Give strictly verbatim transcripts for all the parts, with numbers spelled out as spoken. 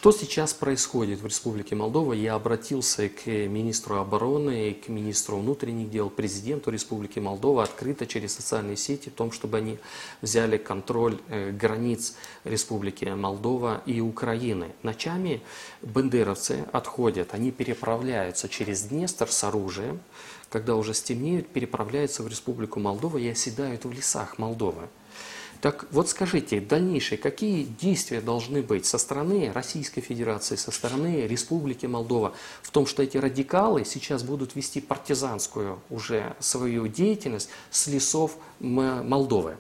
Что сейчас происходит в Республике Молдова? Я обратился к министру обороны, к министру внутренних дел, президенту Республики Молдова открыто через социальные сети о том, чтобы они взяли контроль границ Республики Молдова и Украины. Ночами бандеровцы отходят, они переправляются через Днестр с оружием, когда уже стемнеют, переправляются в Республику Молдова и оседают в лесах Молдовы. Так вот скажите, дальнейшие какие действия должны быть со стороны Российской Федерации, со стороны Республики Молдова в том, что эти радикалы сейчас будут вести партизанскую уже свою деятельность с лесов Молдовы?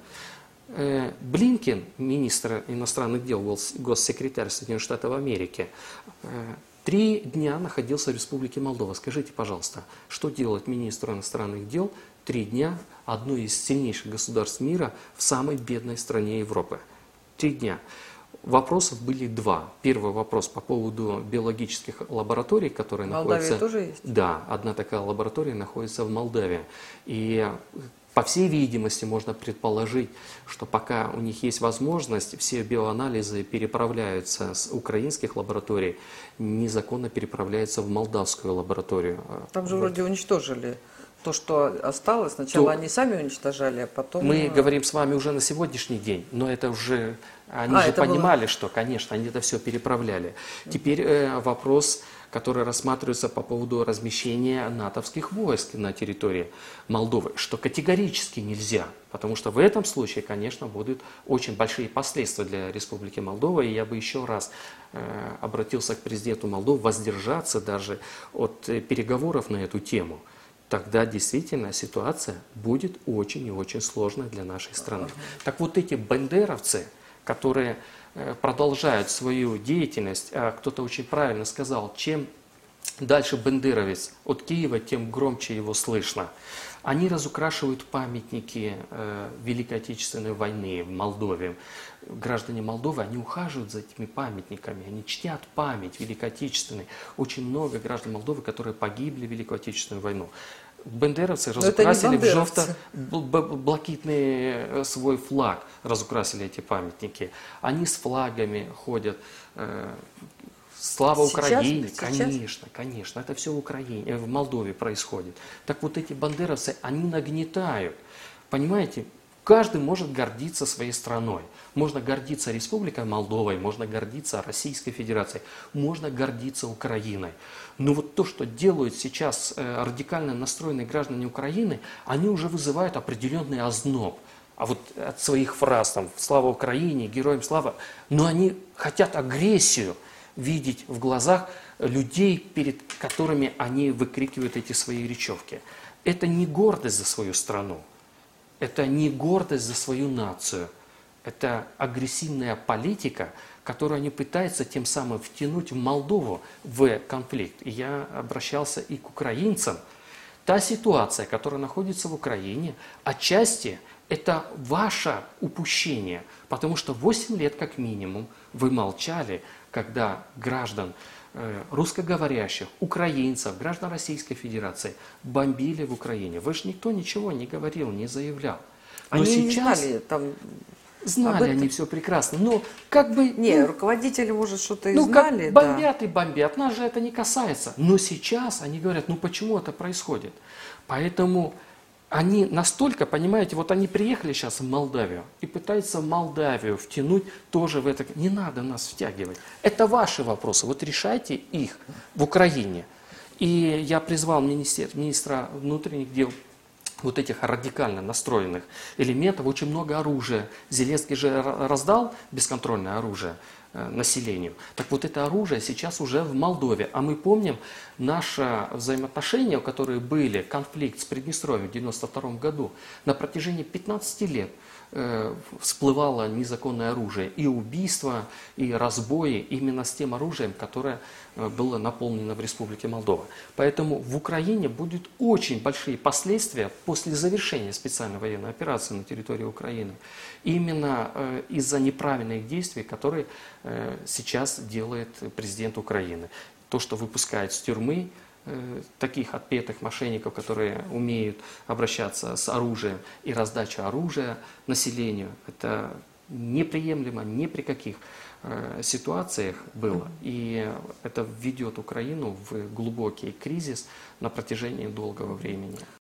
Блинкен, министр иностранных дел, госсекретарь Соединенных Штатов Америки, три дня находился в Республике Молдова. Скажите, пожалуйста, что делает министр иностранных дел три дня, одно из сильнейших государств мира в самой бедной стране Европы? Три дня. Вопросов были два. Первый вопрос по поводу биологических лабораторий, которые находятся... В Молдавии тоже есть? Да, одна такая лаборатория находится в Молдавии. И по всей видимости можно предположить, что пока у них есть возможность, все биоанализы переправляются с украинских лабораторий, незаконно переправляются в молдавскую лабораторию. Там же вроде уничтожили то, что осталось. Сначала то они сами уничтожали, а потом... Мы говорим с вами уже на сегодняшний день, но это уже... Они а, же понимали, было... что, конечно, они это все переправляли. Теперь э, вопрос, который рассматривается по поводу размещения натовских войск на территории Молдовы, что категорически нельзя, потому что в этом случае, конечно, будут очень большие последствия для Республики Молдова, и я бы еще раз э, обратился к президенту Молдовы воздержаться даже от э, переговоров на эту тему. Тогда действительно ситуация будет очень и очень сложной для нашей страны. Так вот эти бандеровцы, которые продолжают свою деятельность, а кто-то очень правильно сказал, чем дальше бандеровец от Киева, тем громче его слышно. Они разукрашивают памятники э, Великой Отечественной войны в Молдове. Граждане Молдовы, они ухаживают за этими памятниками, они чтят память Великой Отечественной. Очень много граждан Молдовы, которые погибли в Великую Отечественную войну. Бандеровцы разукрасили в желто-блакитный свой флаг, разукрасили эти памятники. Они с флагами ходят. Э, Слава сейчас, Украине! Сейчас? Конечно, конечно. Это все в Украине, в Молдове происходит. Так вот эти бандеровцы, они нагнетают. Понимаете, каждый может гордиться своей страной. Можно гордиться Республикой Молдовой, можно гордиться Российской Федерацией, можно гордиться Украиной. Но вот то, что делают сейчас радикально настроенные граждане Украины, они уже вызывают определенный озноб. А вот от своих фраз, там, «Слава Украине», «Героям слава», но они хотят агрессию видеть в глазах людей, перед которыми они выкрикивают эти свои речевки. Это не гордость за свою страну, это не гордость за свою нацию, это агрессивная политика, которую они пытаются тем самым втянуть в Молдову в конфликт. И я обращался и к украинцам. Та ситуация, которая находится в Украине, отчасти это ваше упущение, потому что восемь лет как минимум вы молчали, когда граждан э, русскоговорящих, украинцев, граждан Российской Федерации бомбили в Украине. Вы же никто ничего не говорил, не заявлял. Но они сейчас... не знали, там... Знали они все прекрасно, но как бы... Не, ну, руководители, может, что-то и ну, знали. Как бомбят да. и бомбят, нас же это не касается. Но сейчас они говорят, ну почему это происходит? Поэтому они настолько, понимаете, вот они приехали сейчас в Молдавию и пытаются Молдавию втянуть тоже в это. Не надо нас втягивать. Это ваши вопросы, вот решайте их в Украине. И я призвал министр, министра внутренних дел вот этих радикально настроенных элементов, очень много оружия. Зеленский же раздал бесконтрольное оружие населению. Так вот это оружие сейчас уже в Молдове. А мы помним наши взаимоотношения, которые были, конфликт с Приднестровьем в девяносто втором году, на протяжении пятнадцати лет э, всплывало незаконное оружие. И убийства, и разбои именно с тем оружием, которое э, было наполнено в Республике Молдова. Поэтому в Украине будут очень большие последствия после завершения специальной военной операции на территории Украины. Именно э, из-за неправильных действий, которые э, сейчас делает президент Украины. То, что выпускает с тюрьмы э, таких отпетых мошенников, которые умеют обращаться с оружием, и раздача оружия населению, это неприемлемо ни при каких э, ситуациях было. И это введет Украину в глубокий кризис на протяжении долгого времени.